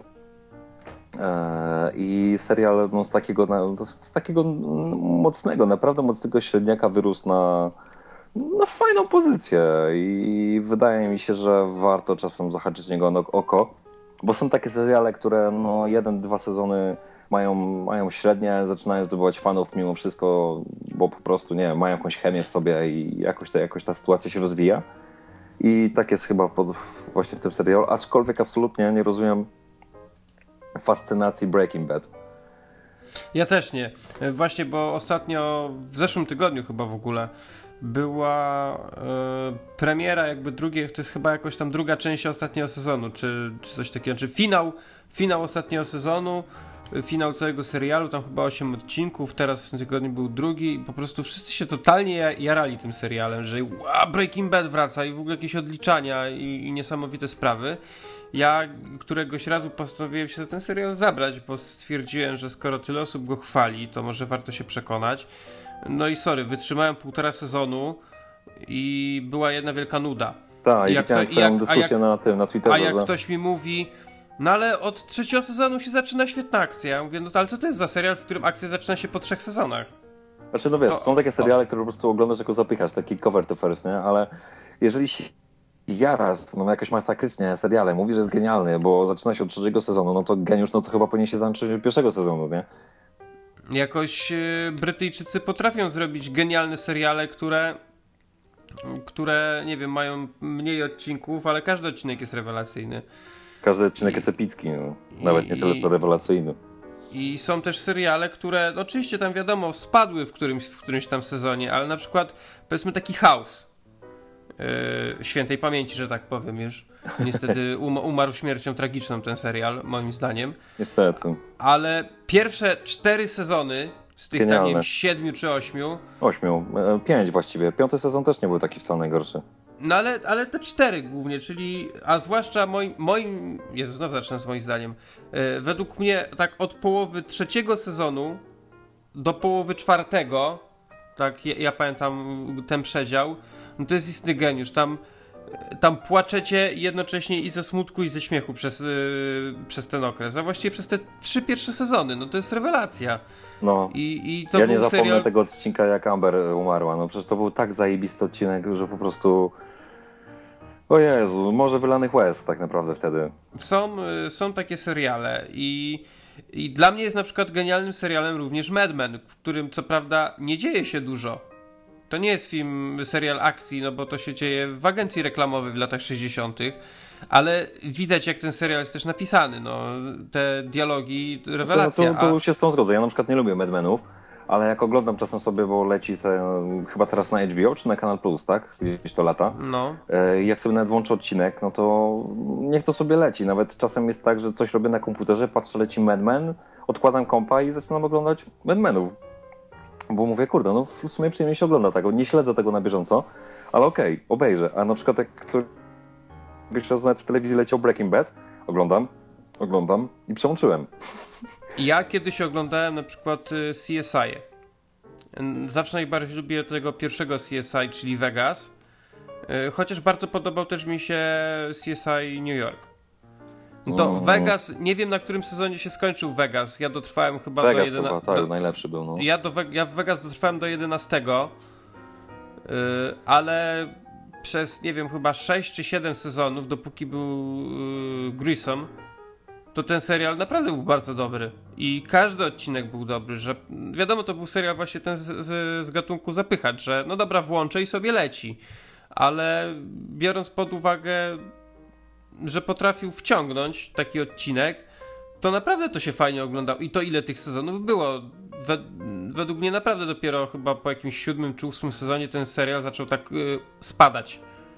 E, I serial no, z, takiego, na, z takiego mocnego, naprawdę mocnego średniaka wyrósł na, na fajną pozycję i wydaje mi się, że warto czasem zahaczyć niego na oko, bo są takie seriale, które no jeden, dwa sezony mają, mają średnie, zaczynają zdobywać fanów mimo wszystko, bo po prostu nie wiem, mają jakąś chemię w sobie i jakoś ta, jakoś ta sytuacja się rozwija. I tak jest chyba pod, właśnie w tym serialu, aczkolwiek absolutnie nie rozumiem fascynacji Breaking Bad. Ja też nie. Właśnie, bo ostatnio, w zeszłym tygodniu chyba w ogóle, była e, premiera jakby drugiej, to jest chyba jakoś tam druga część ostatniego sezonu, czy, czy coś takiego, czy finał, finał ostatniego sezonu, finał całego serialu, tam chyba osiem odcinków, teraz w tym tygodniu był drugi i po prostu wszyscy się totalnie jarali tym serialem, że wow, Breaking Bad wraca i w ogóle jakieś odliczania i, i niesamowite sprawy. Ja któregoś razu postanowiłem się za ten serial zabrać, bo stwierdziłem, że skoro tyle osób go chwali, to może warto się przekonać. No i sorry, wytrzymałem półtora sezonu i była jedna wielka nuda. Tak, i jak widziałem to, twoją jak, dyskusję jak, na tym, na Twitterze. A jak że... ktoś mi mówi, no ale od trzeciego sezonu się zaczyna świetna akcja. Ja mówię, no ale co to jest za serial, w którym akcja zaczyna się po trzech sezonach? Znaczy, no wiesz, to, są takie seriale, które po prostu oglądasz jako zapychacz, taki cover to first, nie? Ale jeżeli się jarasz, no jakoś masakrycznie seriale, mówi, że jest genialny, bo zaczyna się od trzeciego sezonu, no to geniusz, no to chyba powinien się zacząć od pierwszego sezonu, nie? Jakoś yy, Brytyjczycy potrafią zrobić genialne seriale, które, które, nie wiem, mają mniej odcinków, ale każdy odcinek jest rewelacyjny. Każdy odcinek I, jest epicki, no. Nawet i, nie tyle co rewelacyjny. I są też seriale, które, no oczywiście tam wiadomo, spadły w którymś, w którymś tam sezonie, ale na przykład, powiedzmy taki House, yy, świętej pamięci, że tak powiem już. Niestety um, umarł śmiercią tragiczną ten serial, moim zdaniem. Niestety. Ale pierwsze cztery sezony, z tych Genialne. tam, nie wiem, siedmiu czy ośmiu. Ośmiu, e, pięć właściwie. Piąty sezon też nie był taki wcale najgorszy. No ale, ale te cztery głównie, czyli, a zwłaszcza moim, moim Jezu, znowu zaczynam z moim zdaniem, yy, według mnie tak od połowy trzeciego sezonu do połowy czwartego, tak, ja, ja pamiętam ten przedział, no to jest istny geniusz, tam, tam płaczecie jednocześnie i ze smutku i ze śmiechu przez, yy, przez ten okres, a właściwie przez te trzy pierwsze sezony, no to jest rewelacja. No. I, i to ja był nie zapomnę serial... tego odcinka, jak Amber umarła. No przecież to był tak zajebisty odcinek, że po prostu... O Jezu, może wylanych łez tak naprawdę wtedy. Są, są takie seriale i, i dla mnie jest na przykład genialnym serialem również Mad Men, w którym co prawda nie dzieje się dużo. To nie jest film, serial akcji, no bo to się dzieje w agencji reklamowej w latach sześćdziesiątych, ale widać jak ten serial jest też napisany, no te dialogi, rewelacja. Znaczy, no to, to się z tą zgodzę. Ja na przykład nie lubię Mad Menów, ale jak oglądam czasem sobie, bo leci se, chyba teraz na H B O czy na Kanal Plus, tak? Gdzieś to lata. No. I jak sobie nawet włączę odcinek, no to niech to sobie leci. Nawet czasem jest tak, że coś robię na komputerze, patrzę, leci Mad Men, odkładam kompa i zaczynam oglądać Mad Menów. Bo mówię, kurde, no w sumie przyjemnie się ogląda tego. Nie śledzę tego na bieżąco, ale okej, okay, obejrzę. A na przykład jak któryś raz nawet w telewizji leciał Breaking Bad, oglądam, oglądam i przełączyłem. Ja kiedyś oglądałem na przykład C S I. Zawsze najbardziej lubię tego pierwszego C S I, czyli Vegas. Chociaż bardzo podobał też mi się C S I New York. No to Mm. Vegas, nie wiem na którym sezonie się skończył Vegas. Ja dotrwałem chyba Vegas do jedenastego. chyba, tak, do... najlepszy był. No. Ja, do We... ja w Vegas dotrwałem do jedenastego, yy, ale przez, nie wiem, chyba sześć czy siedem sezonów, dopóki był yy, Grissom, to ten serial naprawdę był bardzo dobry. I każdy odcinek był dobry, że wiadomo, to był serial właśnie ten z, z, z gatunku zapychacz, że no dobra, włączę i sobie leci. Ale biorąc pod uwagę, że potrafił wciągnąć taki odcinek, to naprawdę to się fajnie oglądało. I to ile tych sezonów było? Wed według mnie naprawdę dopiero chyba po jakimś siódmym czy ósmym sezonie ten serial zaczął tak yy, spadać.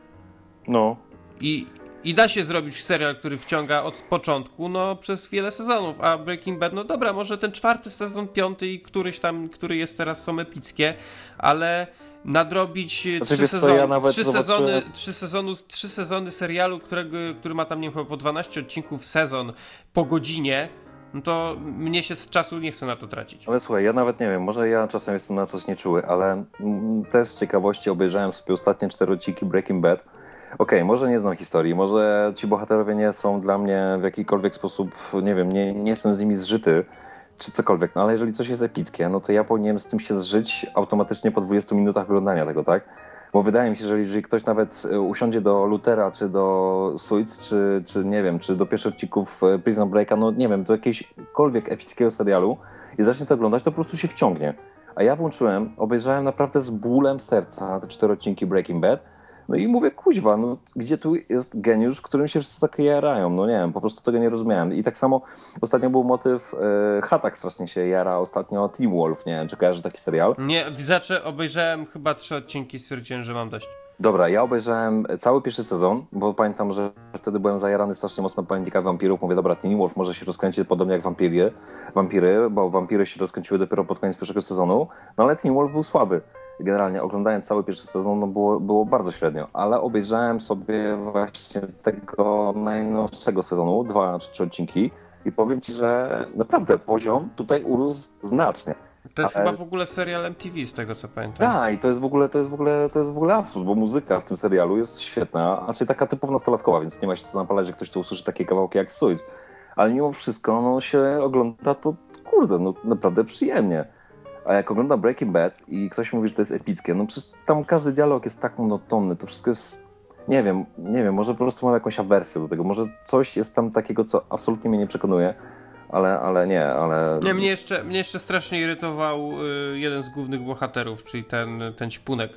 No. I, I da się zrobić serial, który wciąga od początku, no przez wiele sezonów, a Breaking Bad, no dobra, może ten czwarty sezon, piąty i któryś tam, który jest teraz, są epickie, ale nadrobić Znaczy, trzy, wiesz co, sezon, ja nawet trzy, zobaczyłem- sezony, trzy, sezonu, trzy sezony serialu, którego, który ma tam, nie wiem, po dwanaście odcinków sezon po godzinie, no to mnie się z czasu nie chce na to tracić. Ale słuchaj, ja nawet nie wiem, może ja czasem jestem na coś nieczuły, ale mm, też z ciekawości obejrzałem sobie ostatnie cztery odcinki Breaking Bad. Okej, może nie znam historii, może ci bohaterowie nie są dla mnie w jakikolwiek sposób, nie wiem, nie, nie jestem z nimi zżyty, czy cokolwiek, no ale jeżeli coś jest epickie, no to ja powinienem z tym się zżyć automatycznie po dwudziestu minutach oglądania tego, tak? Bo wydaje mi się, że jeżeli ktoś nawet usiądzie do Luthera, czy do Suits, czy, czy nie wiem, czy do pierwszych odcinków Prison Breaka, no nie wiem, do jakiegokolwiek epickiego serialu i zacznie to oglądać, to po prostu się wciągnie. A ja włączyłem, obejrzałem naprawdę z bólem serca te cztery odcinki Breaking Bad, no i mówię, kuźwa, no gdzie tu jest geniusz, którym się wszyscy tak jarają? No nie wiem, po prostu tego nie rozumiałem. I tak samo ostatnio był motyw, e, Hatak strasznie się jara, ostatnio Teen Wolf, nie wiem, czy kojarzy taki serial? Nie, zaczę, obejrzałem chyba trzy odcinki, stwierdziłem, że mam dość. Dobra, ja obejrzałem cały pierwszy sezon, bo pamiętam, że wtedy byłem zajarany strasznie mocno pamiętnika wampirów. Mówię, dobra, Teen Wolf może się rozkręcić podobnie jak wampiry, wampiry, bo wampiry się rozkręciły dopiero pod koniec pierwszego sezonu, no ale Teen Wolf był słaby. Generalnie oglądając cały pierwszy sezon, no było, było bardzo średnio, ale obejrzałem sobie właśnie tego najnowszego sezonu, dwa czy trzy odcinki i powiem ci, że naprawdę poziom tutaj urósł znacznie. To jest Ale- chyba w ogóle serial M T V, z tego co pamiętam. Tak, i to jest w ogóle, to jest w ogóle, to jest w ogóle absurd, bo muzyka w tym serialu jest świetna, a znaczy taka typowo nastolatkowa, więc nie ma się co napalać, że ktoś tu usłyszy takie kawałki jak Suits. Ale mimo wszystko, no się ogląda to, kurde, no naprawdę przyjemnie. A jak oglądam Breaking Bad i ktoś mówi, że to jest epickie, no przecież tam każdy dialog jest tak monotonny, to wszystko jest, nie wiem, nie wiem, może po prostu mam jakąś awersję do tego, może coś jest tam takiego, co absolutnie mnie nie przekonuje, ale, ale nie, ale... Nie, mnie jeszcze, mnie jeszcze strasznie irytował y, jeden z głównych bohaterów, czyli ten, ten ćpunek.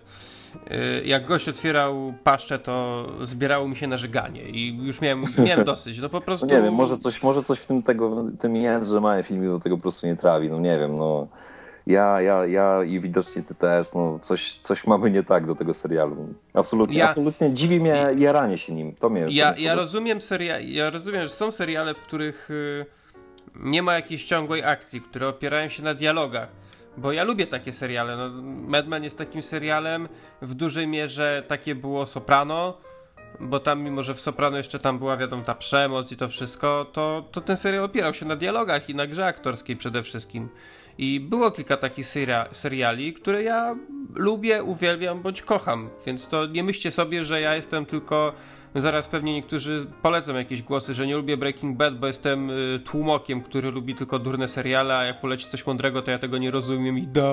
Y, jak gość otwierał paszczę, to zbierało mi się na żyganie i już miałem, miałem dosyć. No po prostu... No nie wiem, może coś, może coś w tym tego, tym jest, że małe filmy do tego po prostu nie trawi, no nie wiem, no... Ja, ja, ja i widocznie ty też, no coś, coś mamy nie tak do tego serialu. Absolutnie, Ja- absolutnie dziwi mnie jaranie się nim. To mnie. Ja, to ja rozumiem seria, ja rozumiem, że są seriale, w których y, nie ma jakiejś ciągłej akcji, które opierają się na dialogach. Bo ja lubię takie seriale. No, Mad Men jest takim serialem, w dużej mierze takie było Soprano, bo tam, mimo że w Soprano jeszcze tam była, wiadomo, ta przemoc i to wszystko, to, to ten serial opierał się na dialogach i na grze aktorskiej przede wszystkim. I było kilka takich seria- seriali, które ja lubię, uwielbiam bądź kocham, więc to nie myślcie sobie, że ja jestem tylko... Zaraz pewnie niektórzy polecą jakieś głosy, że nie lubię Breaking Bad, bo jestem y, tłumokiem, który lubi tylko durne seriale, a jak poleci coś mądrego, to ja tego nie rozumiem i da...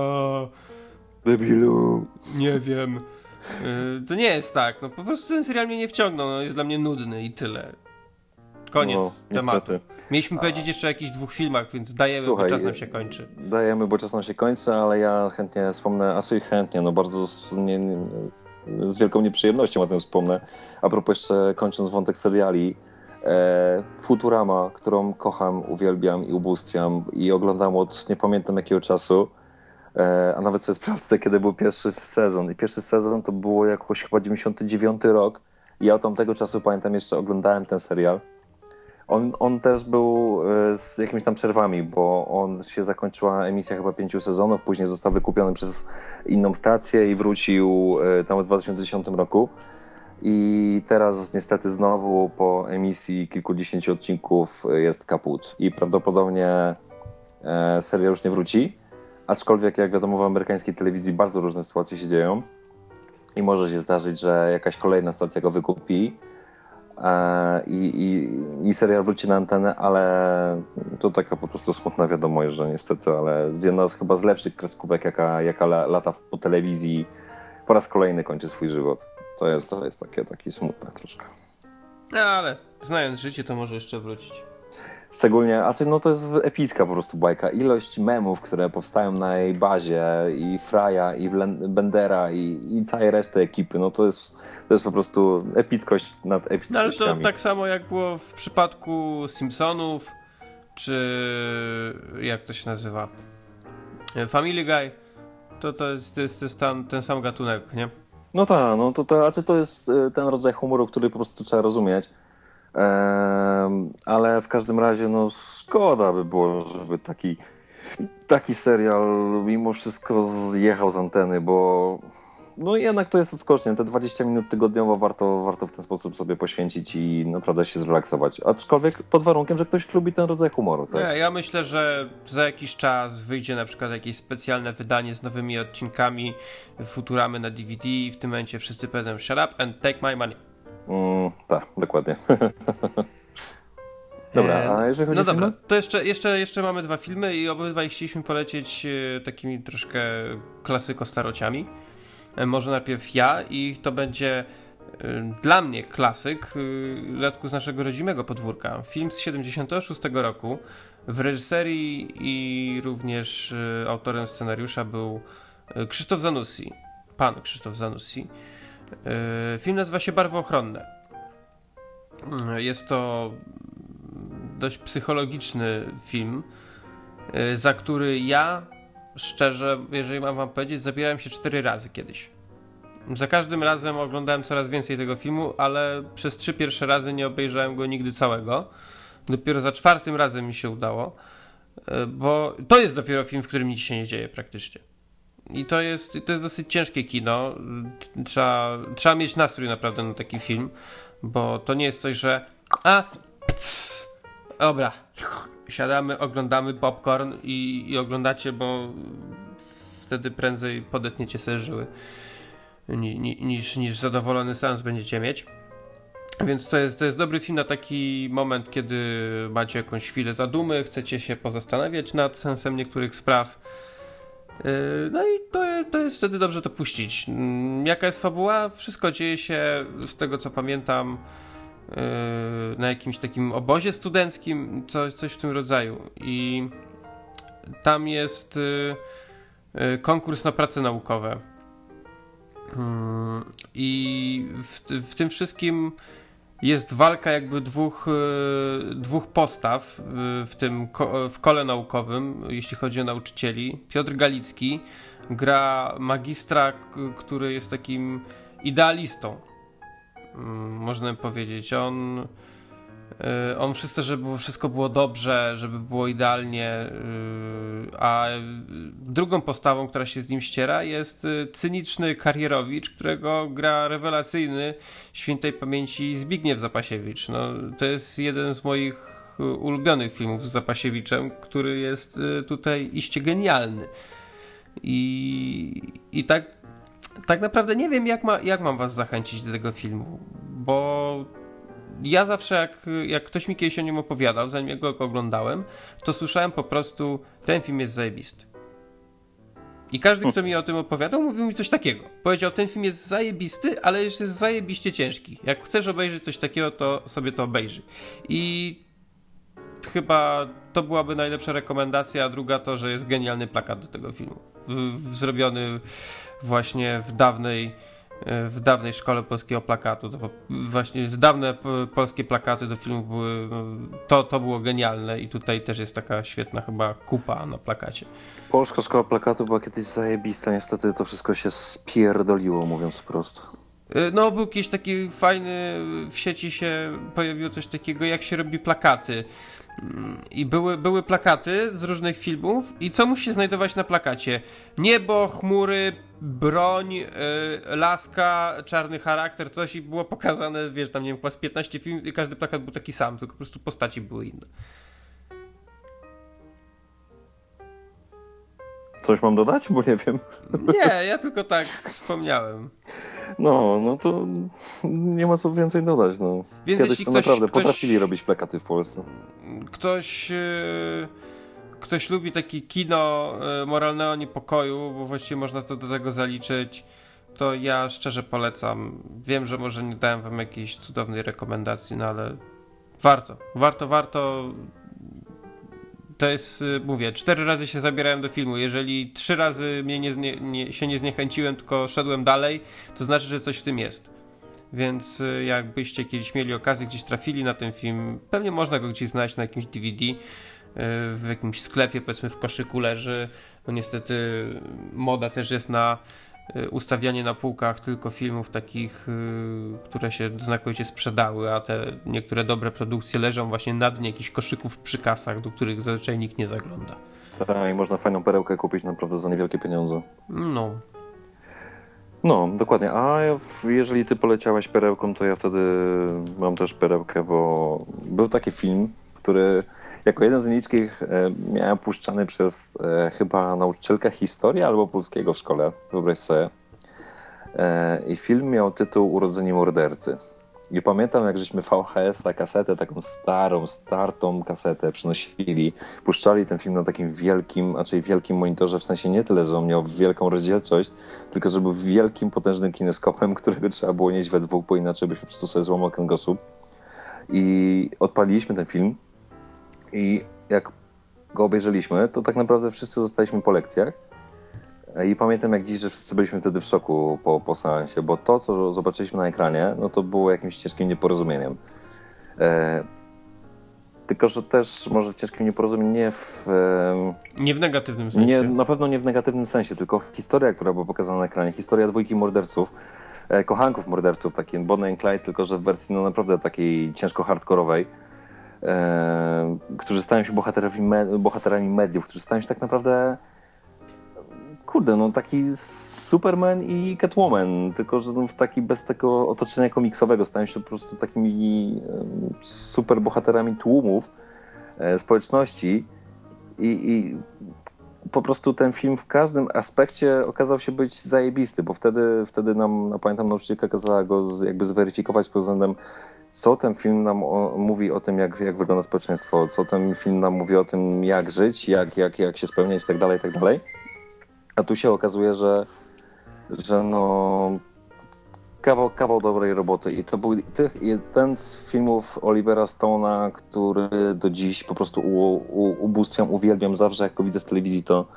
Debilu. Nie wiem. Y, to nie jest tak, no po prostu ten serial mnie nie wciągnął, no, jest dla mnie nudny i tyle. Koniec No, tematu. niestety. Mieliśmy powiedzieć jeszcze o jakichś dwóch filmach, więc dajemy, Słuchaj, bo czas nam się kończy. Dajemy, bo czas nam się kończy, ale ja chętnie wspomnę, a co i chętnie, no bardzo z, nie, nie, z wielką nieprzyjemnością o tym wspomnę. A propos jeszcze, kończąc wątek seriali, e, Futurama, którą kocham, uwielbiam i ubóstwiam i oglądam od nie pamiętam jakiego czasu, e, a nawet sobie sprawdzę, kiedy był pierwszy sezon. I pierwszy sezon to było jakoś chyba dziewięćdziesiąty dziewiąty rok. I ja od tamtego czasu pamiętam jeszcze oglądałem ten serial. On, on też był z jakimiś tam przerwami, bo on się zakończyła emisja chyba pięciu sezonów, później został wykupiony przez inną stację i wrócił tam w dwa tysiące dziesiątym roku. I teraz niestety znowu po emisji kilkudziesięciu odcinków jest kaput i prawdopodobnie serial już nie wróci, aczkolwiek jak wiadomo w amerykańskiej telewizji bardzo różne sytuacje się dzieją i może się zdarzyć, że jakaś kolejna stacja go wykupi. e, i, i, i serial wróci na antenę, ale to taka po prostu smutna wiadomość, że niestety, ale z jedna z chyba z lepszych kreskówek, jaka, jaka lata po telewizji, po raz kolejny kończy swój żywot. To jest, to jest takie, takie smutne troszkę. No ale znając życie, to może jeszcze wrócić. Szczególnie, a czy no to jest epicka po prostu bajka. Ilość memów, które powstają na jej bazie, i Fraja, i Bendera, i, i całej reszty ekipy, no to jest, to jest po prostu epickość nad epickościami. No ale to tak samo jak było w przypadku Simpsonów, czy jak to się nazywa? Family Guy. To, to jest, to jest, to jest ten, ten sam gatunek, nie? No tak, no to, to, a czy to jest ten rodzaj humoru, który po prostu trzeba rozumieć. Ehm, ale w każdym razie no szkoda by było, żeby taki, taki serial mimo wszystko zjechał z anteny, bo no jednak to jest odskocznie. Te dwadzieścia minut tygodniowo warto, warto w ten sposób sobie poświęcić i naprawdę się zrelaksować. Aczkolwiek pod warunkiem, że ktoś lubi ten rodzaj humoru. Tak? Nie, ja myślę, że za jakiś czas wyjdzie na przykład jakieś specjalne wydanie z nowymi odcinkami Futuramy na D V D i w tym momencie wszyscy powiedzą shut up and take my money. Mm, tak, dokładnie. Dobra, a jeżeli chodzi no o filmy? dobra, to jeszcze, jeszcze, jeszcze mamy dwa filmy i obydwaj chcieliśmy polecieć e, takimi troszkę klasyko-starociami. E, może najpierw ja i to będzie e, dla mnie klasyk e, Radku z naszego rodzimego podwórka. Film z siedemdziesiątego szóstego roku. W reżyserii i również e, autorem scenariusza był e, Krzysztof Zanussi. Pan Krzysztof Zanussi. E, film nazywa się Barwy ochronne. E, jest to dość psychologiczny film, za który ja, szczerze, jeżeli mam wam powiedzieć, zabierałem się cztery razy kiedyś. Za każdym razem oglądałem coraz więcej tego filmu, ale przez trzy pierwsze razy nie obejrzałem go nigdy całego. Dopiero za czwartym razem mi się udało, bo to jest dopiero film, w którym nic się nie dzieje praktycznie. I to jest, to jest dosyć ciężkie kino. Trzeba, trzeba mieć nastrój naprawdę na taki film, bo to nie jest coś, że a, pc, dobra, siadamy, oglądamy popcorn i, i oglądacie, bo wtedy prędzej podetniecie sobie żyły ni, ni, niż, niż zadowolony seans będziecie mieć. Więc to jest, to jest dobry film na taki moment, kiedy macie jakąś chwilę zadumy, chcecie się pozastanawiać nad sensem niektórych spraw. No i to, to jest wtedy dobrze to puścić. Jaka jest fabuła? Wszystko dzieje się, z tego co pamiętam, na jakimś takim obozie studenckim, coś, coś w tym rodzaju. I tam jest konkurs na prace naukowe. I w, w tym wszystkim jest walka jakby dwóch, dwóch postaw w tym w kole naukowym, jeśli chodzi o nauczycieli. Piotr Galicki gra magistra, który jest takim idealistą, można powiedzieć. On, on chce, żeby wszystko było dobrze, żeby było idealnie, a drugą postawą, która się z nim ściera, jest cyniczny karierowicz, którego gra rewelacyjny świętej pamięci Zbigniew Zapasiewicz. No, to jest jeden z moich ulubionych filmów z Zapasiewiczem, który jest tutaj iście genialny. I, i tak, tak naprawdę nie wiem, jak, ma, jak mam was zachęcić do tego filmu, bo ja zawsze, jak, jak ktoś mi kiedyś o nim opowiadał, zanim ja go oglądałem, to słyszałem po prostu, ten film jest zajebisty. I każdy, kto mi o tym opowiadał, mówił mi coś takiego. Powiedział, ten film jest zajebisty, ale jeszcze jest zajebiście ciężki. Jak chcesz obejrzeć coś takiego, to sobie to obejrzyj. I chyba to byłaby najlepsza rekomendacja, a druga to, że jest genialny plakat do tego filmu. W, w, zrobiony właśnie w dawnej w dawnej szkole polskiego plakatu. To właśnie dawne polskie plakaty do filmów były, no, to, to było genialne i tutaj też jest taka świetna chyba kupa na plakacie. Polska szkoła plakatu była kiedyś zajebista, niestety to wszystko się spierdoliło, mówiąc prosto. No, był jakiś taki fajny, w sieci się pojawiło coś takiego, jak się robi plakaty. I były, były plakaty z różnych filmów i co musi się znajdować na plakacie? Niebo, chmury, broń, yy, laska, czarny charakter, coś i było pokazane, wiesz, tam nie wiem, chyba z piętnaście filmów i każdy plakat był taki sam, tylko po prostu postaci były inne. Coś mam dodać? Bo nie wiem. Nie, ja tylko tak wspomniałem. No, no to nie ma co więcej dodać. No. Więc Kiedyś jeśli to ktoś- naprawdę ktoś- potrafili robić plakaty w Polsce. Ktoś, e, ktoś lubi takie kino e, moralnego niepokoju, bo właściwie można to do tego zaliczyć, to ja szczerze polecam. Wiem, że może nie dałem wam jakiejś cudownej rekomendacji, no ale warto, warto, warto. To jest, y, mówię, cztery razy się zabierałem do filmu. Jeżeli trzy razy mnie nie, znie, nie, się nie zniechęciłem, tylko szedłem dalej, to znaczy, że coś w tym jest. Więc y, jakbyście kiedyś mieli okazję, gdzieś trafili na ten film, pewnie można go gdzieś znaleźć na jakimś D V D, y, w jakimś sklepie, powiedzmy w koszyku leży. No niestety moda też jest na y, ustawianie na półkach tylko filmów takich, y, które się znakomicie sprzedały, a te niektóre dobre produkcje leżą właśnie na dnie jakichś koszyków przy kasach, do których zazwyczaj nikt nie zagląda. Tak, i można fajną perełkę kupić naprawdę za niewielkie pieniądze. No. No, dokładnie. A jeżeli ty poleciałeś perełką, to ja wtedy mam też perełkę, bo był taki film, który jako jeden z nielicznych e, miałem puszczany przez e, chyba nauczycielkę historii albo polskiego w szkole, wyobraź sobie. E, I film miał tytuł Urodzenie mordercy. I pamiętam, jak żeśmy V H S, ta kasetę, taką starą, startą kasetę przynosili, puszczali ten film na takim wielkim, raczej wielkim monitorze, w sensie nie tyle, że on miał wielką rozdzielczość, tylko że był wielkim, potężnym kineskopem, którego trzeba było nieść we dwóch, bo inaczej byśmy po prostu sobie złamał kręgosłup. I odpaliliśmy ten film i jak go obejrzeliśmy, to tak naprawdę wszyscy zostaliśmy po lekcjach. I pamiętam jak dziś, że wszyscy byliśmy wtedy w szoku po, po seansie, bo to, co zobaczyliśmy na ekranie, no to było jakimś ciężkim nieporozumieniem. E, tylko, że też może ciężkim nieporozumieniem nie w... E, Nie w negatywnym sensie. nie, na pewno nie w negatywnym sensie, tylko historia, która była pokazana na ekranie, historia dwójki morderców, e, kochanków morderców, takiej Bonnie and Clyde, tylko że w wersji no naprawdę takiej ciężko hardkorowej, e, którzy stają się bohaterami, me, bohaterami mediów, którzy stają się tak naprawdę... Kurde, no taki Superman i Catwoman, tylko że no taki bez tego otoczenia komiksowego stają się po prostu takimi e, super bohaterami tłumów, e, społeczności i, i po prostu ten film w każdym aspekcie okazał się być zajebisty, bo wtedy, wtedy nam, no, pamiętam, nauczycielka kazała go z, jakby zweryfikować pod względem, co ten film nam o, mówi o tym, jak, jak wygląda społeczeństwo, co ten film nam mówi o tym, jak żyć, jak, jak, jak się spełniać i tak dalej, i tak dalej. A tu się okazuje, że, że no kawał, kawał dobrej roboty. I to był ten z filmów Olivera Stone'a, który do dziś po prostu u, u, ubóstwiam, uwielbiam. Zawsze jak go widzę w telewizji, to,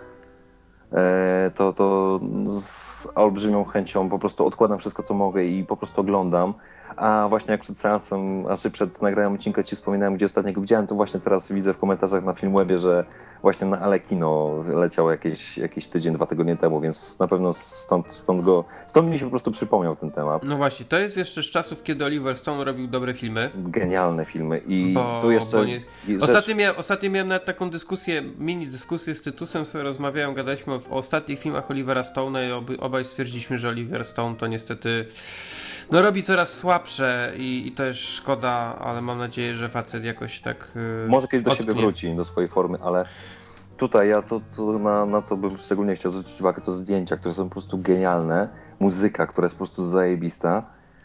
e, to, to z olbrzymią chęcią po prostu odkładam wszystko, co mogę i po prostu oglądam. A właśnie jak przed seansem, znaczy przed nagraniem odcinka ci wspominałem, gdzie ostatnio go widziałem, to właśnie teraz widzę w komentarzach na Filmwebie, że właśnie na Alekino leciało jakieś, jakieś tydzień, dwa tygodnie temu, więc na pewno stąd, stąd go, stąd mi się po prostu przypomniał ten temat. No właśnie, to jest jeszcze z czasów, kiedy Oliver Stone robił dobre filmy. Genialne filmy i bo, tu jeszcze... nie... rzecz... ostatnio, miałem, ostatnio miałem nawet taką dyskusję, mini dyskusję z Tytusem, sobie rozmawiałem, gadaliśmy o, o ostatnich filmach Olivera Stone'a i ob, obaj stwierdziliśmy, że Oliver Stone to niestety no robi coraz słabsze i, i to jest szkoda, ale mam nadzieję, że facet jakoś tak yy, może kiedyś do ocknie. siebie wróci, do swojej formy, ale tutaj ja to, co, na, na co bym szczególnie chciał zwrócić uwagę, to zdjęcia, które są po prostu genialne, muzyka, która jest po prostu zajebista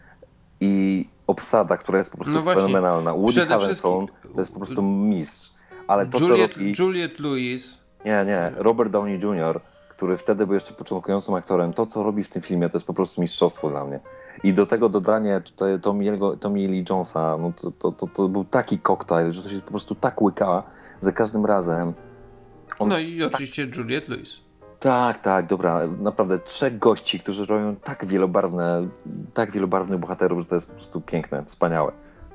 i obsada, która jest po prostu no właśnie, fenomenalna. Woody przede Harrelson to jest po prostu mistrz. Ale to, Juliette, co robi... Juliette Lewis. Nie, nie, Robert Downey junior, który wtedy był jeszcze początkującym aktorem, to co robi w tym filmie, to jest po prostu mistrzostwo dla mnie. I do tego dodanie tutaj Tommy Lee Jonesa, no to, to, to, to był taki koktajl, że to się po prostu tak łyka za każdym razem. On... No i oczywiście Juliette Lewis. Tak, tak, dobra. Naprawdę trzech gości, którzy robią tak wielobarwne, tak wielobarwnych bohaterów, że to jest po prostu piękne, wspaniałe.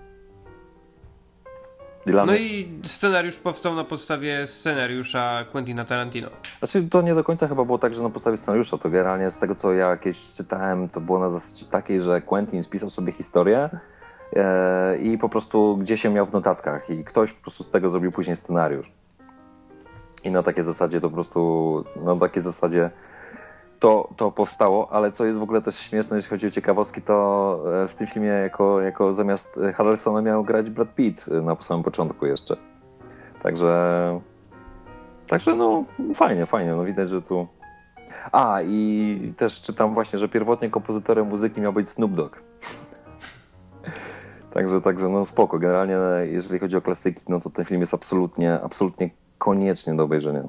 Dla no mnie... i scenariusz powstał na podstawie scenariusza Quentina Tarantino. Znaczy to nie do końca chyba było tak, że na podstawie scenariusza, to generalnie z tego co ja jakieś czytałem, to było na zasadzie takiej, że Quentin spisał sobie historię e, i po prostu gdzieś się miał w notatkach i ktoś po prostu z tego zrobił później scenariusz. I na takiej zasadzie to po prostu, na takiej zasadzie to, to powstało, ale co jest w ogóle też śmieszne, jeśli chodzi o ciekawostki, to w tym filmie jako, jako zamiast Harrelsona miał grać Brad Pitt na samym początku jeszcze. Także, także no fajnie, fajnie, no widać, że tu... A, i też czytam właśnie, że pierwotnie kompozytorem muzyki miał być Snoop Dogg. Także, także no spoko. Generalnie jeżeli chodzi o klasyki, no to ten film jest absolutnie, absolutnie koniecznie do obejrzenia.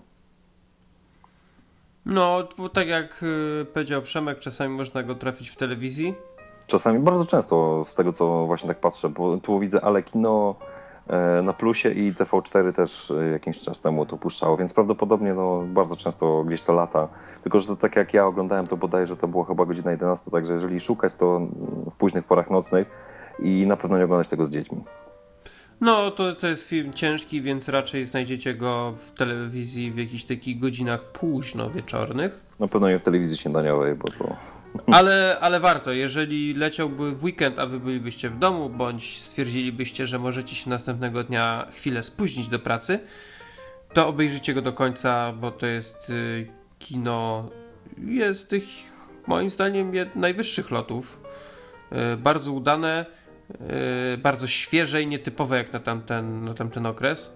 No, tak jak powiedział Przemek, czasami można go trafić w telewizji. Czasami, bardzo często z tego, co właśnie tak patrzę, bo tu widzę Ale Kino na Plusie i T V cztery też jakiś czas temu to puszczało, więc prawdopodobnie no, bardzo często gdzieś to lata. Tylko, że to tak jak ja oglądałem, to bodajże to było chyba godzina jedenasta, także jeżeli szukać, to w późnych porach nocnych i na pewno nie oglądać tego z dziećmi. No, to, to jest film ciężki, więc raczej znajdziecie go w telewizji w jakichś takich godzinach późno wieczornych. Na pewno nie w telewizji śniadaniowej, bo to... Ale, ale warto, jeżeli leciałby w weekend, a wy bylibyście w domu, bądź stwierdzilibyście, że możecie się następnego dnia chwilę spóźnić do pracy, to obejrzyjcie go do końca, bo to jest y, kino, jest tych moim zdaniem jed, najwyższych lotów. Y, bardzo udane, y, bardzo świeże i nietypowe jak na tamten, na tamten okres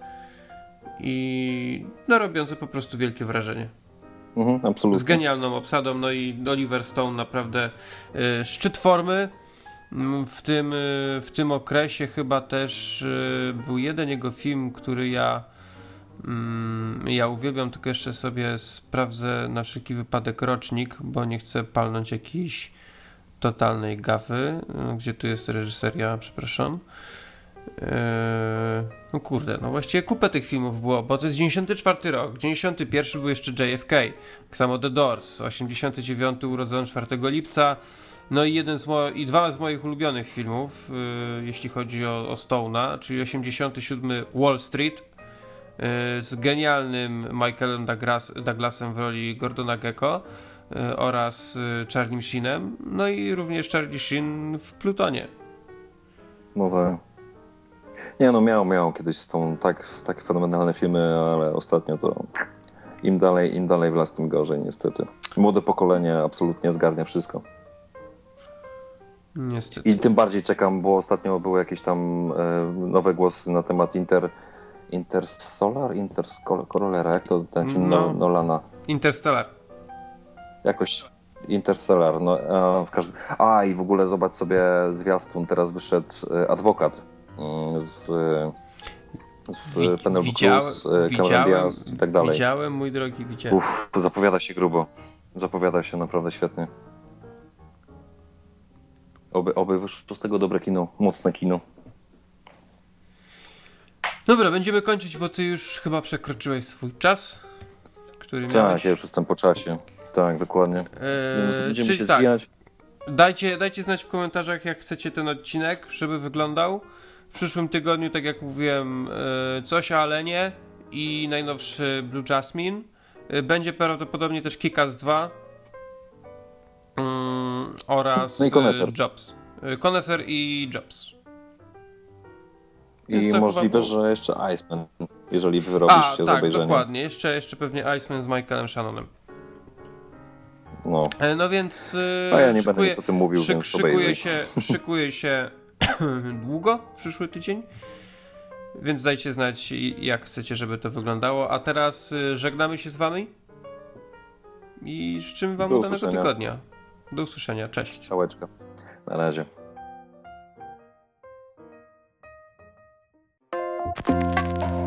i no, robiące po prostu wielkie wrażenie. Mhm, absolutnie. Z genialną obsadą, no i Oliver Stone naprawdę y, szczyt formy. W tym, y, w tym okresie chyba też y, był jeden jego film, który ja y, ja uwielbiam, tylko jeszcze sobie sprawdzę na wszelki wypadek rocznik, bo nie chcę palnąć jakiejś totalnej gafy. Y, gdzie tu jest reżyseria, przepraszam. Eee, no kurde, no właściwie kupę tych filmów było, bo to jest dziewięćdziesiąty czwarty rok, dziewięćdziesiąty pierwszy był jeszcze J F K, tak samo The Doors, osiemdziesiąty dziewiąty urodzony czwartego lipca, no i jeden z mo- i dwa z moich ulubionych filmów, yy, jeśli chodzi o, o Stone'a, czyli osiemdziesiąty siódmy Wall Street yy, z genialnym Michaelem Douglas- Douglasem w roli Gordona Gekko yy, oraz yy, Charlie Sheenem, no i również Charlie Sheen w Plutonie. No tak. Nie no, miał, miał kiedyś z tą tak, tak fenomenalne filmy, ale ostatnio to im dalej, im dalej w las, tym gorzej niestety. Młode pokolenie absolutnie zgarnia wszystko. Niestety. I tym bardziej czekam, bo ostatnio były jakieś tam e, nowe głosy na temat Inter... Intersolar? Interstellar? Jak to ten film No. Nolana? Interstellar. Jakoś Interstellar. No, a, w każdym... a i w ogóle zobacz sobie zwiastun, teraz wyszedł e, Adwokat z, z Wi- Penelope widziałem, Cruz, Cameron widziałem, Diaz i tak dalej. Widziałem, mój drogi, widziałem. Uff, zapowiada się grubo. Zapowiada się naprawdę świetnie. Oby, oby wyszło z tego dobre kino, mocne kino. Dobra, będziemy kończyć, bo ty już chyba przekroczyłeś swój czas, który Tak, miałeś. ja już jestem po czasie. Tak, dokładnie. Eee, Będziemy czyli się tak, zbijać. dajcie, dajcie znać w komentarzach, jak chcecie ten odcinek, żeby wyglądał. W przyszłym tygodniu, tak jak mówiłem, e, coś o Alenie i najnowszy Blue Jasmine. E, będzie prawdopodobnie też Kick-Ass dwa mm, oraz No i Koneser. e, Jobs. E, Koneser i Jobs. Więc I to możliwe, chyba było- że jeszcze Iceman, jeżeli wyrobisz A, się z tak, obejrzeniem. dokładnie. Jeszcze, jeszcze pewnie Iceman z Michaelem Shannonem. No. E, No więc A ja nie szykuję, będę nic o tym mówił, szyk, więc szykuje obejrzyj. się, szykuje się długo w przyszły tydzień, więc dajcie znać, i- jak chcecie, żeby to wyglądało. A teraz y, żegnamy się z wami i życzymy wam Do udanego usłyszenia. tygodnia. Do usłyszenia. Cześć. Strzałeczka. Na razie.